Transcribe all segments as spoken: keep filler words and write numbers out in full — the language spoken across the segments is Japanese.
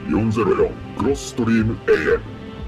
よんぜろよんクロスストリーム エーエム。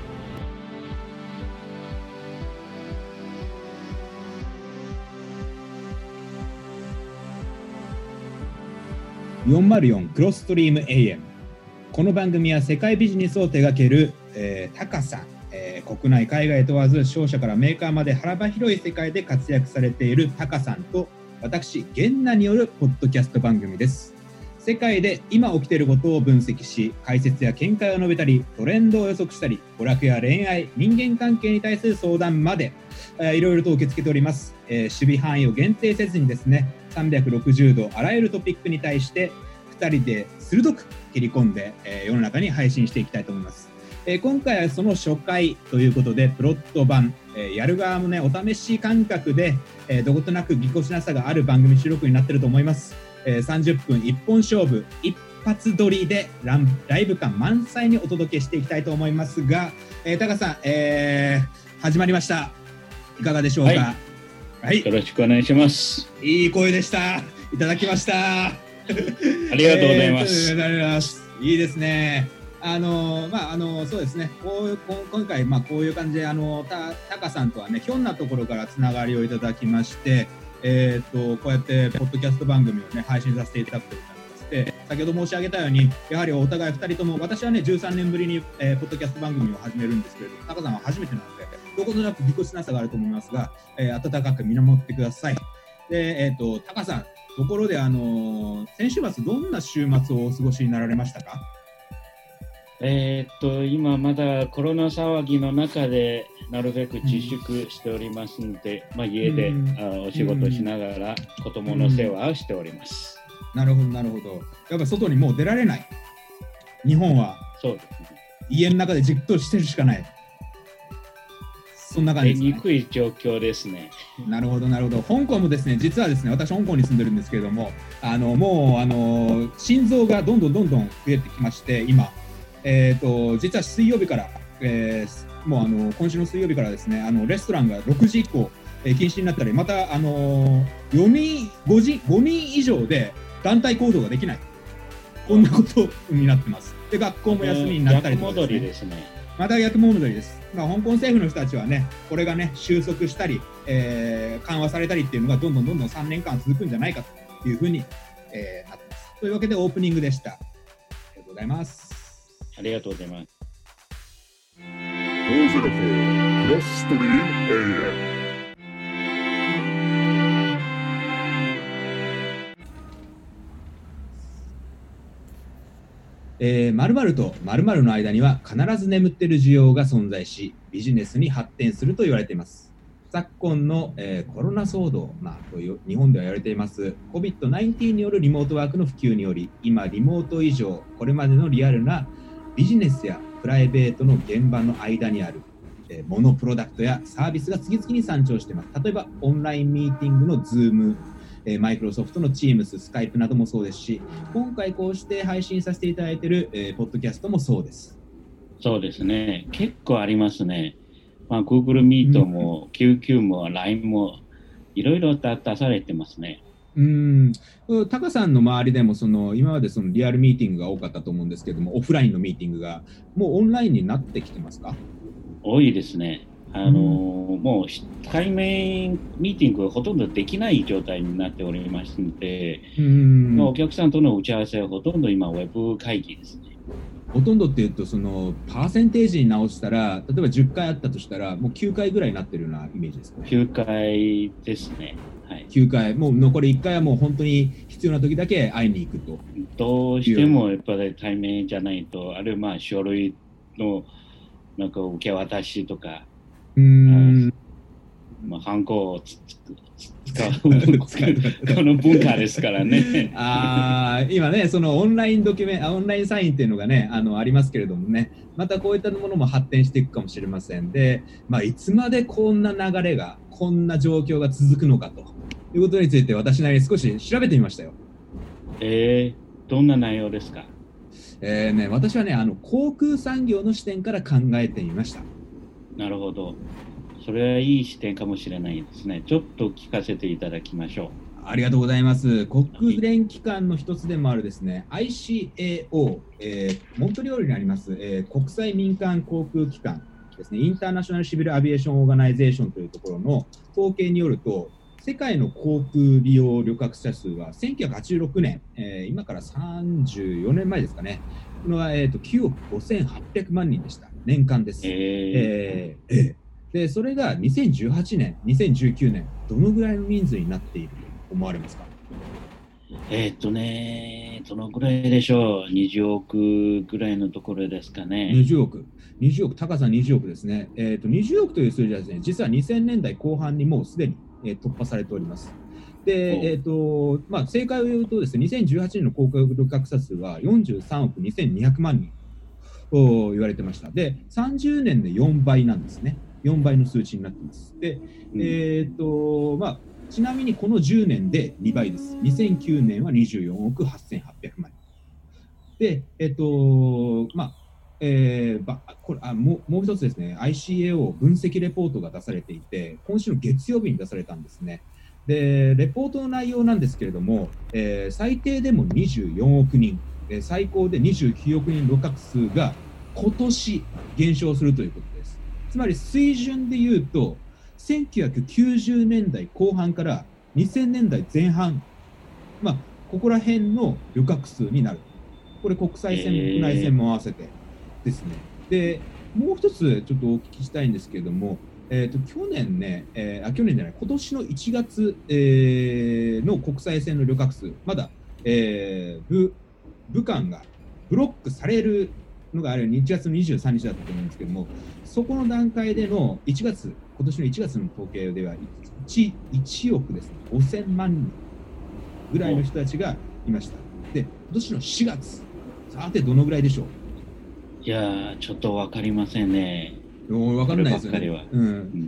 よんまるよんクロスストリーム エーエム。 この番組は世界ビジネスを手掛ける、えー、タカさん、えー、国内海外問わず商社からメーカーまで幅広い世界で活躍されているタカさんと私ゲンナによるポッドキャスト番組です。世界で今起きていることを分析し、解説や見解を述べたり、トレンドを予測したり、娯楽や恋愛、人間関係に対する相談まで、えー、いろいろと受け付けております。えー、守備範囲を限定せずにですね、さんびゃくろくじゅうどあらゆるトピックに対してふたりで鋭く切り込んで、えー、世の中に配信していきたいと思います。えー、今回はその初回ということで、プロット版、えー、やる側もね、お試し感覚で、えー、どことなくぎこちなさがある番組収録になっていると思います。えー、さんじゅっぷん一本勝負、一発撮りでランライブ感満載にお届けしていきたいと思いますが、えー、タカさん、えー、始まりました。いかがでしょうか。はいはい、よろしくお願いします。 いい声でした。いただきました。 ありがとうございます。 えー、いいですね。あのまああのそうですね。こういう今回まあこういう感じであのたタカさんとはねひょんなところからつながりをいただきまして、えー、とこうやってポッドキャスト番組をね配信させていただくということになりまして、先ほど申し上げたようにやはりお互いふたりとも私はねじゅうさんねんぶりに、えー、ポッドキャスト番組を始めるんですけれども、タカさんは初めてなので。どことなくぎこちなさがあると思いますが、えー、温かく見守ってください。で、えっ、ー、と、タカさん、ところで、あのー、先週末、どんな週末をお過ごしになられましたか？ えー、っと、今まだコロナ騒ぎの中で、なるべく自粛しておりますので、うん、まあ、家で、うん、あお仕事しながら、子供の世話をしております。 うん、なるほど、なるほど。やっぱ外にもう出られない。日本は。 そうですね。 家の中でじっとしてるしかない。そんな感じですね。 出にくい状況ですね。 なるほどなるほど。香港もですね、実はですね、私香港に住んでるんですけれども、あのもうあの心臓がどんどんどんどん増えてきまして、今、えー、と実は水曜日から、えー、もうあの今週の水曜日からですね、あのレストランがろくじ以降、えー、禁止になったり、またあのよにんごにんごにん以上で団体行動ができない、こんなことになってます。で学校も休みになったりとかですね。 逆戻りですね。 また逆戻りです。まあ、香港政府の人たちはね、これがね収束したり、えー、緩和されたりっていうのがどんどんどんどんさんねんかん続くんじゃないかというふうに、えー、なってます。というわけでオープニングでした。ありがとうございます。 ありがとうございます。 よんぜろよんクロスストリーム エーエム。 えー、〇〇と〇〇の間には必ず眠っている需要が存在し、ビジネスに発展すると言われています。昨今の、えー、コロナ騒動、まあ、という日本では言われています コビッドナインティーン によるリモートワークの普及により、今リモート以上これまでのリアルなビジネスやプライベートの現場の間にある、えー、モノプロダクトやサービスが次々に参照しています。例えばオンラインミーティングの Zoom、マイクロソフトの Teams、Skype などもそうですし、今回こうして配信させていただいている、えー、ポッドキャストもそうです。 そうですね。結構ありますね。まあ、Google Meet も キューキュー も ライン もいろいろ出されてますね。 うーん。タカさんの周りでもその今までそのリアルミーティングが多かったと思うんですけども、オフラインのミーティングがもうオンラインになってきてますか？ 多いですね。あのーうん、もう対面ミーティングがほとんどできない状態になっておりますので、うん、お客さんとの打ち合わせはほとんど今ウェブ会議ですね。 ほとんどっていうとそのパーセンテージに直したら、例えばじゅっかいあったとしたらもうきゅうかいぐらいになってるようなイメージですかね。 きゅうかいですね、はい、 きゅうかい、もう残りいっかいはもう本当に必要な時だけ会いに行くと。 どうしてもやっぱり対面じゃないと、あるいはまあ書類のなんか受け渡しとか、うーん、まあ、ハンコをつつ使うこの文化ですからね。 あ今ね、そのオンラインドキュメンオンラインサインっていうのがね あのありますけれどもね、またこういったものも発展していくかもしれませんで、まあ、いつまでこんな流れがこんな状況が続くのかということについて私なりに少し調べてみましたよ。 えー、どんな内容ですか？ えーね、私はねあの航空産業の視点から考えてみました。 なるほど。それはいい視点かもしれないですね。ちょっと聞かせていただきましょう。 ありがとうございます。国連機関の一つでもあるですね、アイシーエーオー、えー、モントリオールにあります、えー、国際民間航空機関ですね、インターナショナルシビルアビエーションオーガナイゼーションというところの統計によると、世界の航空利用旅客者数はせんきゅうひゃくはちじゅうろくねん、えー、今からさんじゅうよねんまえですかね、このは、えー、ときゅうおくごせんはっぴゃくまんにんでした。年間です。えーえーえー、でそれがにせんじゅうはちねん、にせんじゅうきゅうねん、どのぐらいの人数になっていると思われますか？ えーっとね、どのぐらいでしょう、にじゅうおくぐらいのところですかね。 にじゅうおく、にじゅうおく、高さにじゅうおくですね。えー、とにじゅうおくという数字はですね、実はにせんねんだいこう半にもうすでに、えー、突破されております。で、えーとまあ、正解を言うとですね、にせんじゅうはちねんの航空旅客者数はよんじゅうさんおくにせんにひゃくまんにんと言われてました。で、さんじゅうねんでよんばいなんですね。よんばいの数値になっています。で、えーとまあ、ちなみにこのじゅうねんでにばいです。にせんきゅうねんはにじゅうよんおくはっせんはっぴゃくまんにん。で、えっと、まあ、えー、ばこれあもうもう一つですね、アイシーエーオー 分析レポートが出されていて、今週の月曜日に出されたんですね。で、レポートの内容なんですけれども、えー、最低でもにじゅうよんおくにん、えー、最高でにじゅうきゅうおくにん旅客数が今年減少するということです。つまり水準でいうと、せんきゅうひゃくきゅうじゅうねんだいこう半からにせんねんだいぜん半、まあ、ここら辺の旅客数になる。これ国際線も国内線も合わせてですね。で、もう一つちょっとお聞きしたいんですけれども、えー、と去年ね、えー、あ去年じゃない今年のいちがつ、えー、の国際線の旅客数、まだ、えー、部部間がブロックされるのがあるいちがつのにじゅうさんにちだったと思うんですけども、そこの段階でのいちがつ、今年のいちがつの統計では 1, 1億ですね、ごせんまんにんぐらいの人たちがいました。で、今年のしがつ、さてどのぐらいでしょう？ いやー、ちょっと分かりませんね。 分かんないですよね。うん、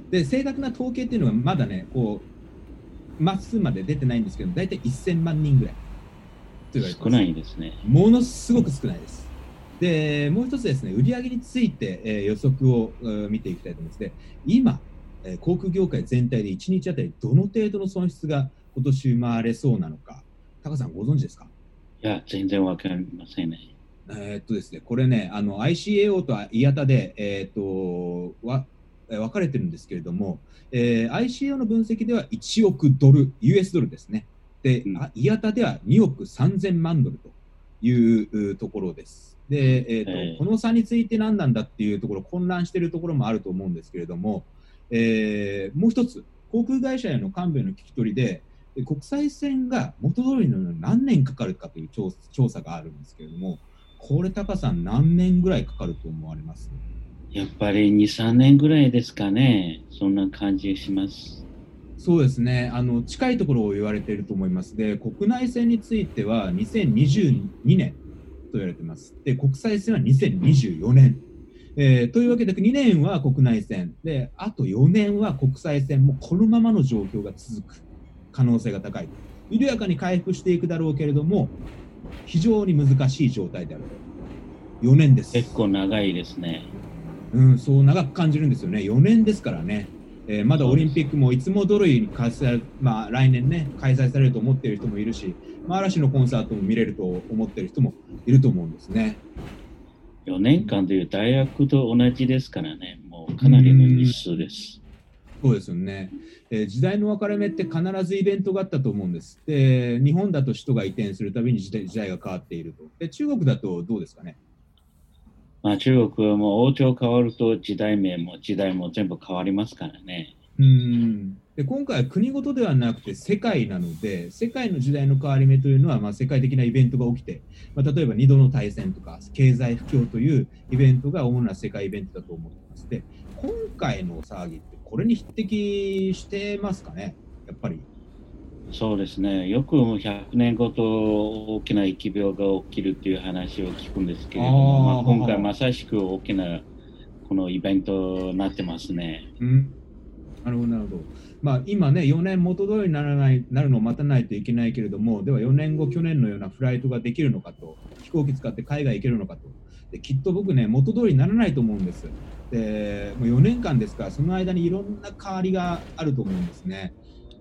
で、正確な統計っていうのはまだね、こう、マスまで出てないんですけど、大体せんまんにんぐらいと言われてます。少ないですね。 ものすごく少ないです。で、もう一つですね、売上について、えー、予測を、えー、見ていきたいと思います。で、今、えー、航空業界全体でいちにちあたりどの程度の損失が今年生まれそうなのか、タカさんご存知ですか？ いや、全然わかりませんね。 えー、っとですね、これね、あの アイシーエーオー とイアタで、えー、っとわ分かれてるんですけれども、えー、アイシーエーオー の分析ではいちおくドル、ユーエス ドルですね。で、うん、イアタではにおくさんぜんまんドルというところです。で、えーっとえー、この差について何なんだっていうところ、混乱しているところもあると思うんですけれども、えー、もう一つ、航空会社への幹部への聞き取りで、国際線が元通りの何年かかるかという調, 調査があるんですけれども、これ、タカさん、何年ぐらいかかると思われます？ やっぱりに、さんねんぐらいですかね。そんな感じします。 そうですね。あの近いところを言われていると思います。で、国内線についてはにせんにじゅうにねんと言われています。で、国際線はにせんにじゅうよねん。えー、というわけでにねんは国内線で、あとよねんは国際線もこのままの状況が続く可能性が高い。緩やかに回復していくだろうけれども、非常に難しい状態である。よねんです。 結構長いですね。 うん、そう長く感じるんですよね。よねんですからね。えー、まだオリンピックもいつも通りに開催、まあ、来年ね、開催されると思っている人もいるし、まあ、嵐のコンサートも見れると思っている人もいると思うんですね。 よねんかんという大学と同じですからね、もうかなりの日数です。 そうですよね、えー、時代の分かれ目って必ずイベントがあったと思うんです。で、日本だと首都が移転するたびに時代、時代が変わっていると。で、中国だとどうですかね？ まあ、中国はもう王朝変わると時代名も時代も全部変わりますからね。 うんで今回は国ごとではなくて世界なので、世界の時代の変わり目というのは、まあ、世界的なイベントが起きて、まあ、例えばにどの大戦とか経済不況というイベントが主な世界イベントだと思っています。で、今回の騒ぎってこれに匹敵してますかね？やっぱりそうですね、よくひゃくねんごと大きな疫病が起きるという話を聞くんですけれども、まあ、今回まさしく大きなこのイベントになってますね。 うん、なるほどなるほど。まあ、今ね、よねん元通りにならないなるのを待たないといけないけれども、ではよねんご、去年のようなフライトができるのかと、飛行機使って海外行けるのかと。できっと僕ね、元通りにならないと思うんです。でもうよねんかんですから、その間にいろんな変わりがあると思うんですね。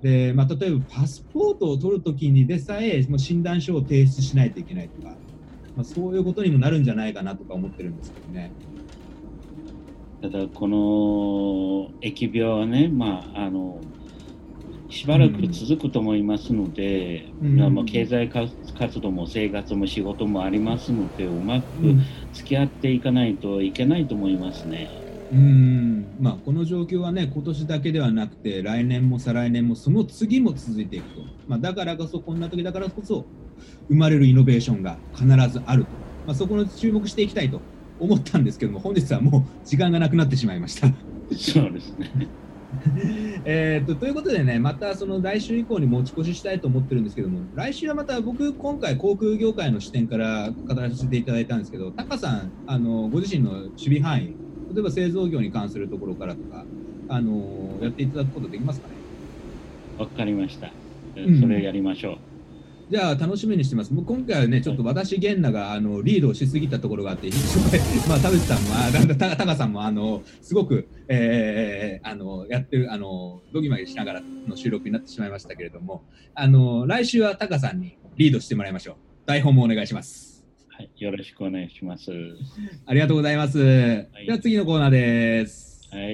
で、まあ、例えばパスポートを取るときにでさえもう診断書を提出しないといけないとか、まあ、そういうことにもなるんじゃないかなとか思ってるんですけどね。 ただこの疫病はね、まあ、あのしばらく続くと思いますので、うんまあ、経済活動も生活も仕事もありますので、うまく付き合っていかないといけないと思いますね。 うんまあ、この状況はね、今年だけではなくて、来年も再来年もその次も続いていくと、まあ、だからこそ、こんな時だからこそ、生まれるイノベーションが必ずあると、まあ、そこに注目していきたいと思ったんですけども、本日はもう時間がなくなってしまいました。 そうですねえーと、ということでね、またその来週以降に持ち越ししたいと思ってるんですけども、来週はまた僕、今回、航空業界の視点から語らせていただいたんですけど、タカさん、あのご自身の守備範囲、例えば製造業に関するところからとか、あのやっていただくことできますかね。 わかりました。それやりましょう。うんじゃあ楽しみにしてます。もう今回はね、ちょっと私、源奈があのリードしすぎたところがあって、まあ、田淵さんも、あタカさんもあのすごく、えー、あのやってる、あのドギマギしながらの収録になってしまいましたけれども、あの来週はタカさんにリードしてもらいましょう。台本もお願いします。 はい、よろしくお願いします。 ありがとうございます。はい、では次のコーナーです。 はい。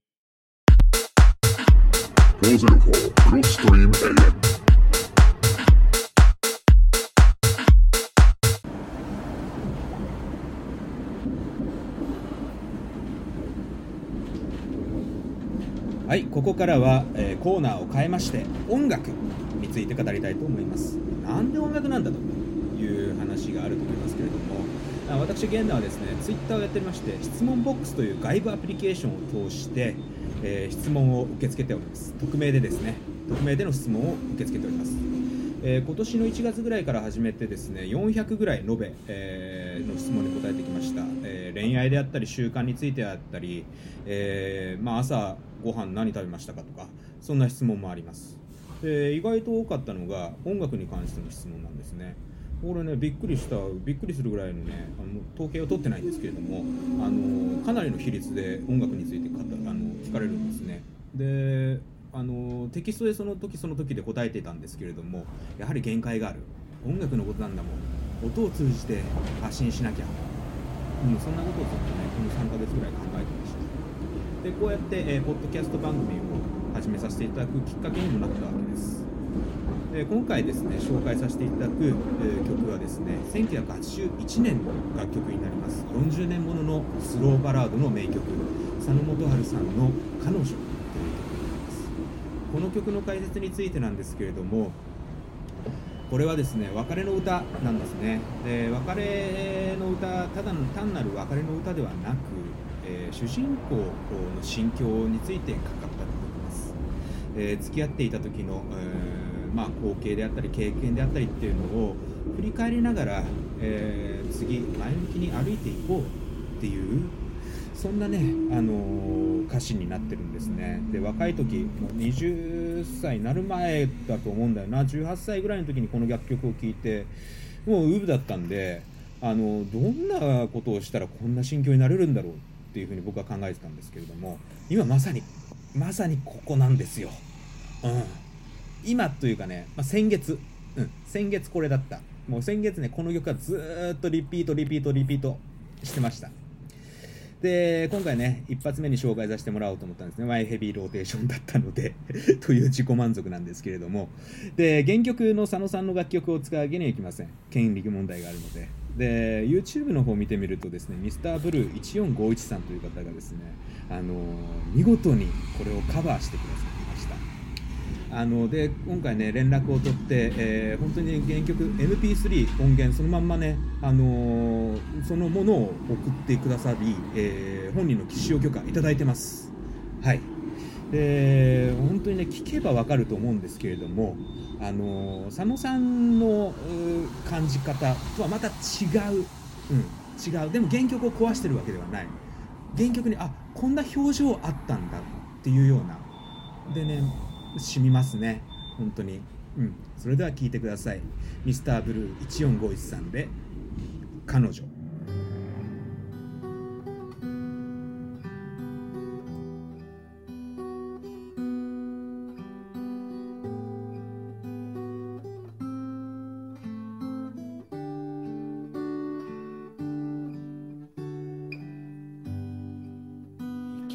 はい、ここからは、えー、コーナーを変えまして音楽について語りたいと思います。なんで音楽なんだという話があると思いますけれども、私現在はですね、ツイッターをやっておりまして、質問ボックスという外部アプリケーションを通して、えー、質問を受け付けております。匿名でですね、匿名での質問を受け付けております。えー、今年のいちがつぐらいから始めてですね、よんひゃくぐらい延べ、えー、の質問に答えてきました。えー、恋愛であったり習慣についてあったり、えーまあ、朝ご飯何食べましたかとか、そんな質問もあります。で意外と多かったのが音楽に関しての質問なんですね。これね、びっくりしたびっくりするぐらいのね、あの統計を取ってないんですけれども、あのかなりの比率で音楽についてかたあの聞かれるんですね。であのテキストでその時その時で答えていたんですけれども、やはり限界がある、音楽のことなんだもん、音を通じて発信しなきゃ、うん、そんなことをずっとねこのさんかげつぐらい考えてました。でこうやって、えー、ポッドキャスト番組を始めさせていただくきっかけにもなったわけです。で今回ですね紹介させていただく、えー、曲はですねせんきゅうひゃくはちじゅういちねんの楽曲になります。よんじゅうねんもののスローバラードの名曲、佐野元春さんの「彼女」という曲になります。この曲の解説についてなんですけれども、これはですね別れの歌なんですね。で別れの歌、ただの単なる別れの歌ではなく、えー、主人公の心境についてかかったと思います。えー、付き合っていた時の、えーまあ、光景であったり経験であったりっていうのを振り返りながら、えー、次前向きに歩いていこうっていう、そんなね、あのー、歌詞になってるんですね。で若い時もうにじゅっさいになる前だと思うんだよな。じゅうはっさいぐらいの時にこの楽曲を聴いて、もうウブだったんで、あのどんなことをしたらこんな心境になれるんだろうっていうふうに僕は考えてたんですけれども、今まさにまさにここなんですよ。うん、今というかね、まあ、先月、うん、先月これだった。もう先月ねこの曲はずーっとリピートリピートリピートしてました。で今回ね一発目に紹介させてもらおうと思ったんですね。マイヘビーローテーションだったのでという自己満足なんですけれども、で原曲の佐野さんの楽曲を使うわけにはいきません。権利問題があるので。で YouTube の方を見てみるとですね、ミスターブルーいちよんごいちさんという方がですね、あの見事にこれをカバーしてくださいました。あので今回ね連絡を取って、えー、本当に原曲 エムピースリー 音源そのまんまね、あのー、そのものを送ってくださり、えー、本人の使用許可いただいてます。はい。で本当にね聞けばわかると思うんですけれども、あのー、佐野さんの感じ方とはまた違う、うん、違う。でも原曲を壊してるわけではない。原曲にあこんな表情あったんだっていうようなでね、染みますね本当に。うん、それでは聴いてください。ミスターブルーいちよんごいちさんで彼女。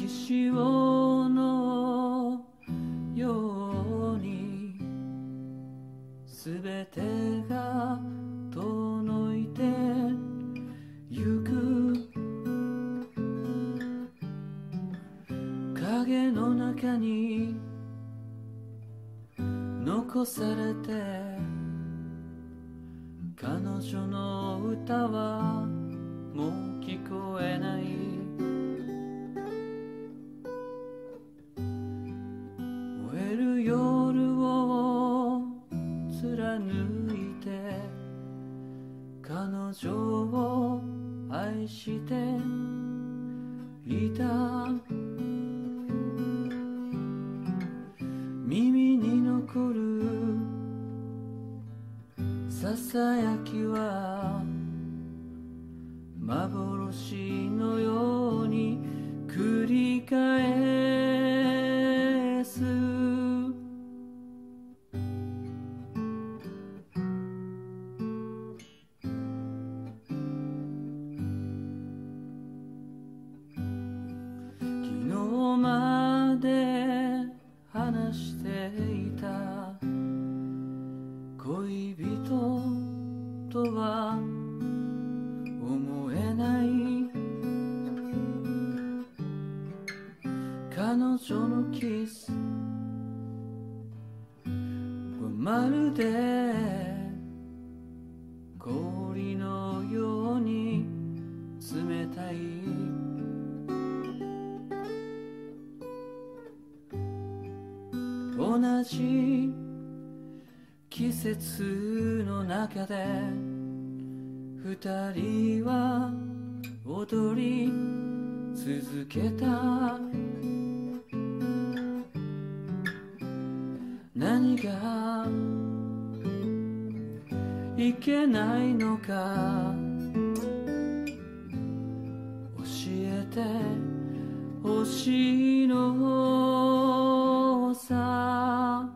きしおのようにすべてが遠いてゆく影の中に残されて彼女の歌はもう聞こえない燃える夜を貫いて彼女を愛していた耳に残るささやきは幻のように繰り返す昨日まで話していた恋人とは思えない彼女のキスはまるで氷のように冷たい同じ季節の中で二人は踊り続けた何がいけないのか教えてほしいのさ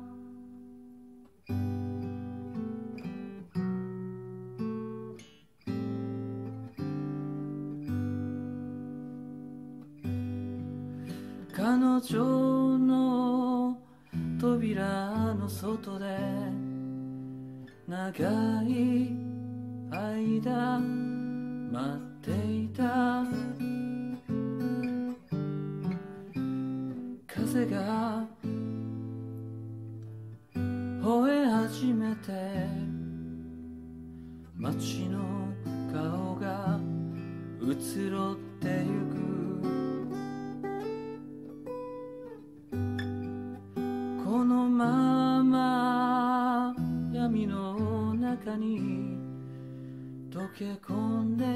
彼女の扉の外で長い間待っていた風が吠え始めて街の顔が移ろってゆくこのまま闇の中に溶け込んで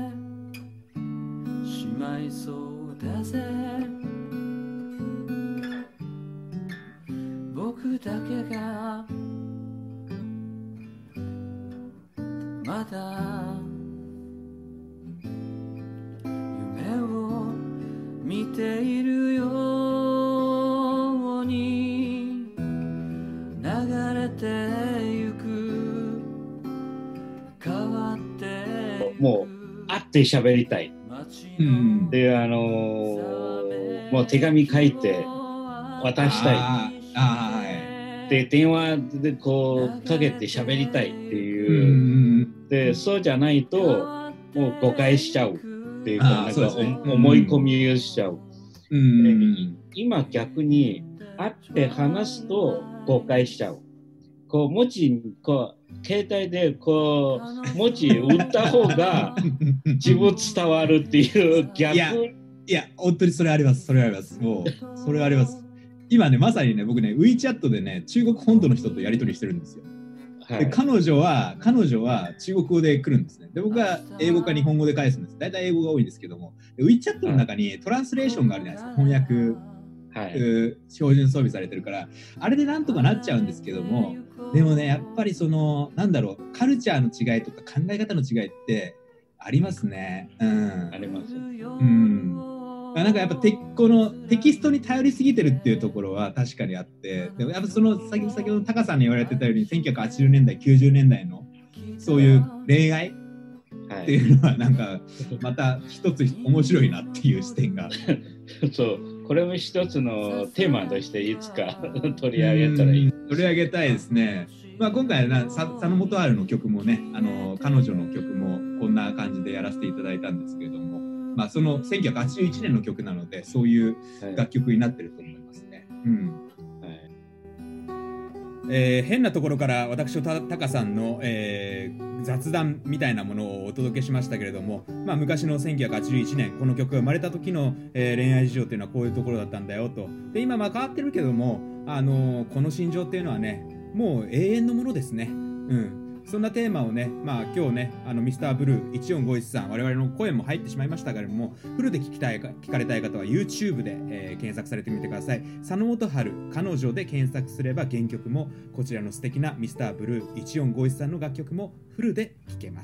しまいそうだぜ僕だけがまだ夢を見ているように流れてゆく変わってゆくもう会って喋りたい、 うん、 であのー、もう手紙書いて渡したいああ、はい、 で電話でこうかけて喋りたいっていう、うん、でそうじゃないともう誤解しちゃうっていうか、なんか思い込みをしちゃう、うん、今逆に会って話すと誤解しちゃう。こう文字こう携帯でこう文字打った方が自分伝わるっていう逆。 いやいや本当にそれあります。それあります。もうそれあります。今ねまさにね僕ね WeChat でね中国本土の人とやり取りしてるんですよ。はい、で彼女は彼女は中国語で来るんですね。で僕は英語か日本語で返すんです。大体英語が多いんですけども、WeChat の中にトランスレーションがあるじゃないですか。翻訳。はい、標準装備されてるからあれでなんとかなっちゃうんですけども、でもねやっぱりそのなんだろうカルチャーの違いとか考え方の違いってありますね。うん、 あります。うん。なんかやっぱテこのテキストに頼りすぎてるっていうところは確かにあって、でもやっぱその先先ほどタカさんに言われてたようにせんきゅうひゃくはちじゅうねんだいきゅうじゅうねんだいのそういう恋愛っていうのはなんかまた一つ面白いなっていう視点がそうこれも一つのテーマとしていつか取り上げたらいい。 取り上げたいですね。まあ、今回は佐野元春の曲もね、あの彼女の曲もこんな感じでやらせていただいたんですけれども、まあ、そのせんきゅうひゃくはちじゅういちねんの曲なのでそういう楽曲になってると思いますね。はい、うんえー、変なところから私とタカさんの、えー、雑談みたいなものをお届けしましたけれども、まあ、昔のせんきゅうひゃくはちじゅういちねんこの曲が生まれた時の、えー、恋愛事情っていうのはこういうところだったんだよと。で今まあ変わってるけども、あのー、この心情っていうのはねもう永遠のものですね。うんそんなテーマをね、まあ今日ね、あのミスターブルーいちよんごいちさん、我々の声も入ってしまいましたけれども、フルで聞きたいか聞かれたい方は YouTube で、えー、検索されてみてください。佐野元春、彼女で検索すれば原曲もこちらの素敵なミスターブルーいちよんごいちさんの楽曲もフルで聴けます。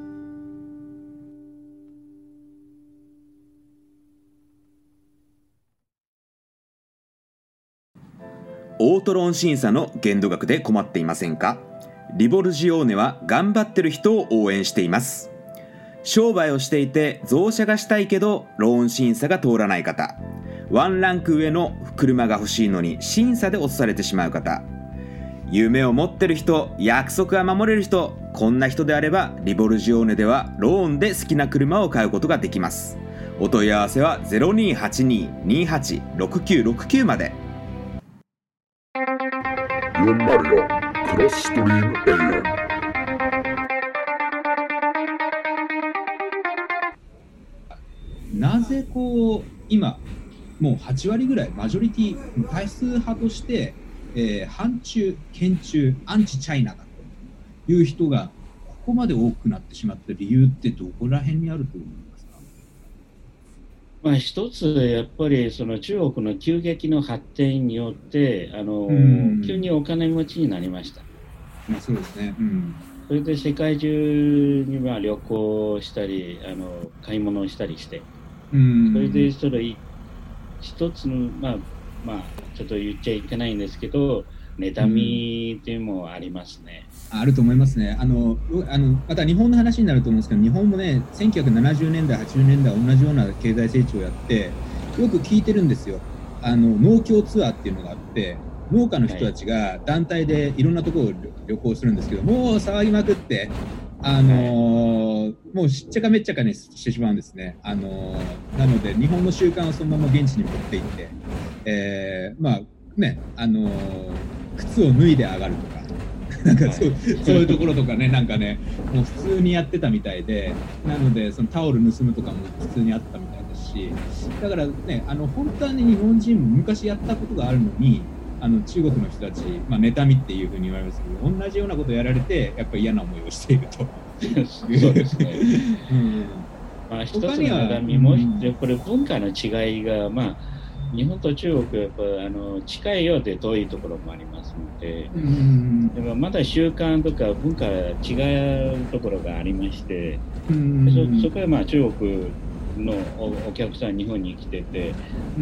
オートロン審査の限度額で困っていませんか？リボルジオーネは頑張ってる人を応援しています。商売をしていて増車がしたいけどローン審査が通らない方、ワンランク上の車が欲しいのに審査で落とされてしまう方、夢を持ってる人、約束が守れる人、こんな人であればリボルジオーネではローンで好きな車を買うことができます。お問い合わせは ゼロにーはちにー にーはち ろくきゅうろくきゅう まで。 よんまるよんクロスストリーム エーエム。 なぜこう今もうはちわりぐらいマジョリティ多数派として、えー、反中、堅中、アンチチャイナだという人がここまで多くなってしまった理由ってどこら辺にあると思いますか？ まあ、一つやっぱりその中国の急激な発展によってあの、急にお金持ちになりました。 まあ、そうですね、うん、 それで世界中にまあ旅行したりあの買い物をしたりして、うん、それでそれ一つのまあまあちょっと言っちゃいけないんですけど妬みっていうのもありますね。 うん、あると思いますね。あのあのまた日本の話になると思うんですけど、日本もねせんきゅうひゃくななじゅうねんだいはちじゅうねんだい同じような経済成長をやってよく聞いてるんですよ。あの農協ツアーっていうのがあって農家の人たちが団体でいろんなところを旅行するんですけど、もう騒ぎまくってあのー、もうしっちゃかめっちゃかにしてしまうんですね。あのー、なので日本の習慣をそのまま現地に持っていって、えー、まあねあのー、靴を脱いで上がるとかなんかそう、そういうところとかねなんかねもう普通にやってたみたいで、なのでそのタオル盗むとかも普通にあったみたいですし、だからねあの本当はね日本人も昔やったことがあるのにあの中国の人たち、まあ、妬みっていうふうに言われますけど同じようなことをやられてやっぱり嫌な思いをしていると。 そうですね、うんまあ、一つの妬みも、うん、これ文化の違いが、まあ、日本と中国はやっぱあの近いようで遠いところもありますので、うん、でもまだ習慣とか文化が違うところがありまして、うん、そ, そこはまあ中国の お, お客さん日本に来てて、うん、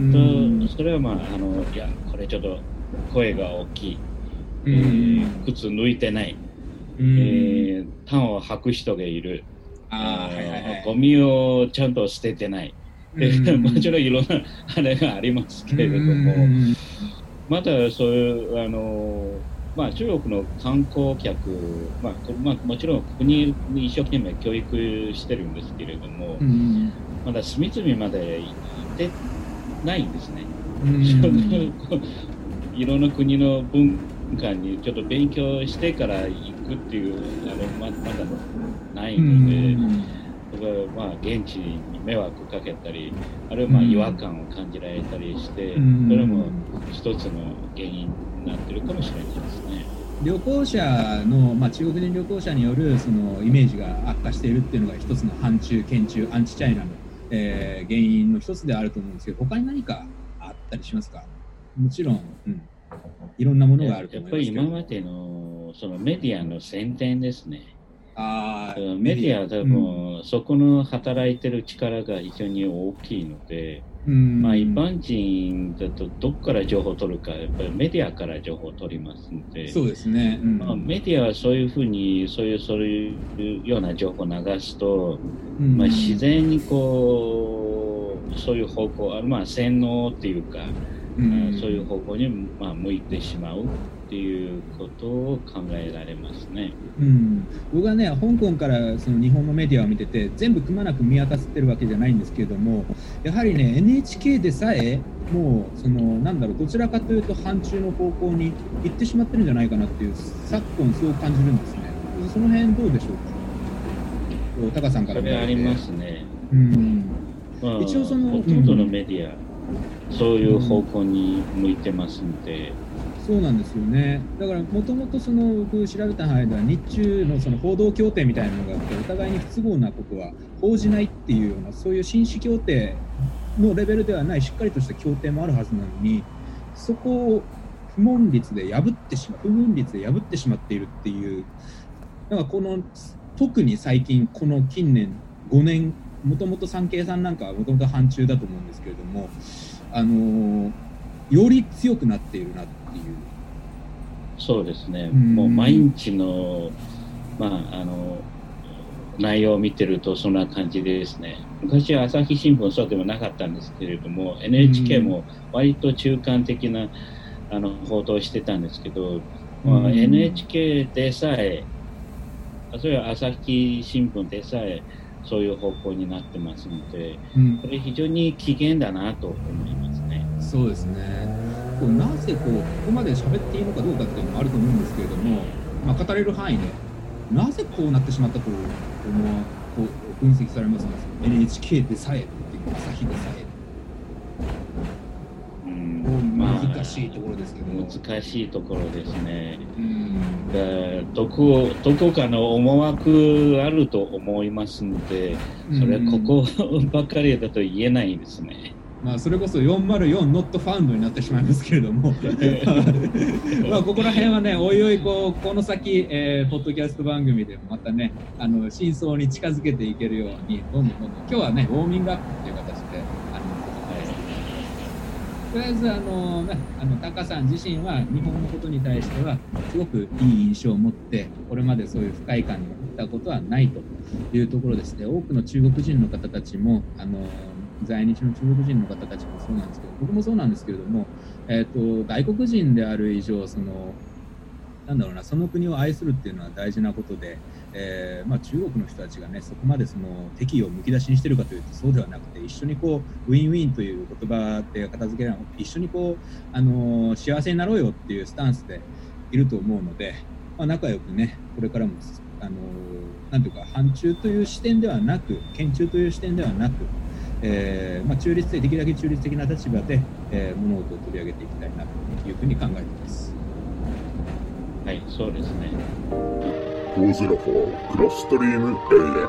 それはまああのいやこれちょっと声が大きい、うんえー、靴抜いてない、うんえー、タンを履く人がいる、あ、はいはいはい、ゴミをちゃんと捨ててない、うん、もちろんいろんなあれがありますけれども、うん、まだそういうあの、まあ、中国の観光客、まあまあ、もちろん国に一生懸命教育してるんですけれども、うん、まだ隅々まで行ってないんですね。うん、いろんな国の文化にちょっと勉強してから行くっていうあの ま, まだないので、うん、だからまあ現地に迷惑かけたり、あるいはまあ違和感を感じられたりして、うん、それも一つの原因になってるかもしれないですね。 旅行者の、まあ、中国人旅行者によるそのイメージが悪化しているっていうのが一つの反中、堅中、アンチチャイナの、えー、原因の一つであると思うんですけど、他に何かあったりしますか？もちろん、うん、いろんなものがあると思いますけど。 やっぱり今までのそのメディアの宣伝ですね。 あメディアは多分、うん、そこの働いてる力が非常に大きいので、 うん、まあ、一般人だとどこから情報を取るか、やっぱりメディアから情報を取りますので、 そうですね、うん、 まあ、メディアはそういうふうにそういうそういうような情報を流すと、うん、まあ、自然にこうそういう方向、まあ、洗脳っていうか、うん、そういう方向に、まあ、向いてしまうっていうことを考えられますね。 うん、僕はね、香港からその日本のメディアを見てて、全部くまなく見渡せてるわけじゃないんですけれども、やはりね、エヌエイチケー でさえ、もうそのなんだろう、どちらかというと、反中の方向に行ってしまってるんじゃないかなっていう、昨今、そう感じるんですね。その辺どうでしょうか、タカさんから見て。 それありますね。 うん、まあ、一応その、 ほとんどのメディア、うん、そういう方向に向いてますので。 そうなんですよね。だからもともとその僕調べた範囲では日中のその報道協定みたいなのがあって、お互いに不都合なことは報じないっていうような、そういう紳士協定のレベルではないしっかりとした協定もあるはずなのに、そこを不問率で破ってしまう不分率で破ってしまっているっていう、なんかこの特に最近この近年ごねん、もともと産経さんなんかはもともと反中だと思うんですけれども、あのー、より強くなっているなっていう。 そうですね、うん、もう毎日の、まあ、あの内容を見てるとそんな感じですね。昔は朝日新聞そうでもなかったんですけれども、 エヌエイチケー も割と中間的なあの報道をしてたんですけど、まあ、エヌエイチケー でさえ、それは朝日新聞でさえそういう方向になってますので、うん、これ非常に危険だなと思いますね。 そうですね。こうなぜこうここまで喋っていいのかどうかっていうのもあると思うんですけれども、まあ、語れる範囲でなぜこうなってしまったと思うこう分析されますか。 エヌエイチケー でさえっていう朝日でさえ、うん、難しいところですけど。 難しいところですね。うん、だどこどこかの思惑あると思いますので、それはここばっかりだと言えないですね。 まあ、それこそよんまるよん not found になってしまいますけれどもまあここら辺はね、おいおいこうこの先、えー、ポッドキャスト番組でもまたね、あの真相に近づけていけるようにどんどんどんどん、今日はねウォーミングアップという形であの、とりあえずあの、ね、あのタカさん自身は日本のことに対してはすごくいい印象を持って、これまでそういう不快感になったことはないというところですね。多くの中国人の方たちもあの在日の中国人の方たちもそうなんですけど、僕もそうなんですけれども、えーと、外国人である以上、そのなんだろうな、その国を愛するっていうのは大事なことで、えーまあ、中国の人たちがね、そこまでその敵意をむき出しにしているかというとそうではなくて、一緒にこうウィンウィンという言葉で片付けな一緒にこう、あのー、幸せになろうよっていうスタンスでいると思うので、まあ、仲良くね、これからも、あのー、なんていうか反中という視点ではなく、堅中という視点ではなく、えーまあ、中立的、できるだけ中立的な立場で、えー、物事を取り上げていきたいなというふうに考えています。 はい、そうですね。 フォーゼロフォークロストリーム エーエム。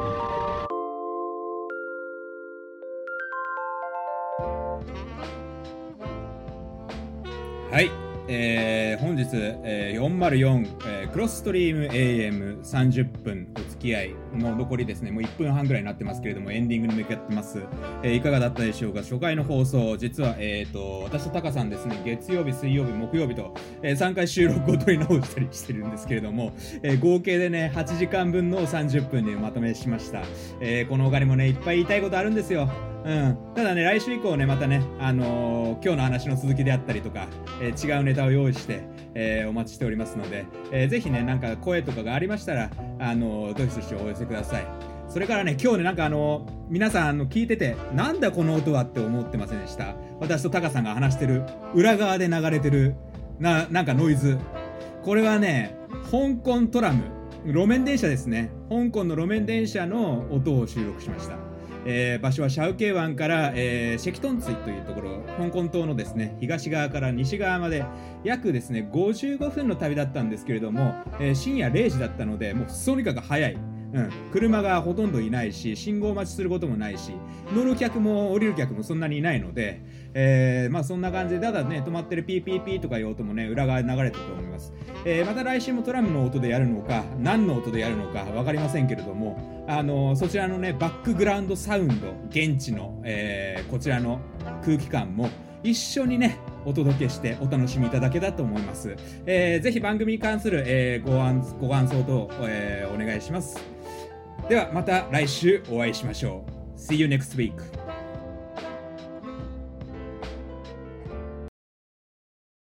はい、えー、本日、えー、よんまるよん、えー、クロストリーム エーエムさんじゅっぷんお付き合いの残りですね、もういっぷんはんぐらいになってますけれども、エンディングに向かってます。えー、いかがだったでしょうか。初回の放送、実は、えー、と私とタカさんですね、月曜日、水曜日、木曜日と、えー、さんかい収録を取り直したりしてるんですけれども、えー、合計でね、はちじかんぶんのさんじゅっぷんにまとめしました。えー、この他にもね、いっぱい言いたいことあるんですよ。うん、ただね、来週以降ね、またね、あのー、今日の話の続きであったりとか、えー、違うネタを用意して、えー、お待ちしておりますので、えー、ぜひね、なんか声とかがありましたら、あのー、どしどしお寄せください。それからね、今日ね、なんかあのー、皆さんあの聞いてて、なんだこの音はって思ってませんでした？私とタカさんが話してる裏側で流れてるな、なんかノイズ。これはね、香港トラム、路面電車ですね。香港の路面電車の音を収録しました。えー、場所はシャウケイ湾から、えー、シェキトンツイというところ、香港島のですね、東側から西側まで約ですね、ごじゅうごふんの旅だったんですけれども、えー、深夜れいじだったので、もうとにかく早い。ううん、車がほとんどいないし、信号待ちすることもないし、乗る客も降りる客もそんなにいないので、えー、まあそんな感じで、ただね、止まってるピーピーピーとかいう音もね、裏側で流れてると思います。えー、また来週もトラムの音でやるのか、何の音でやるのか分かりませんけれども、あのー、そちらのね、バックグラウンドサウンド、現地の、えー、こちらの空気感も一緒にね、お届けしてお楽しみいただけたと思います。えー、ぜひ番組に関する、えー、ご案、ご感想等、えー、お願いします。ではまた来週お会いしましょう。See you next week.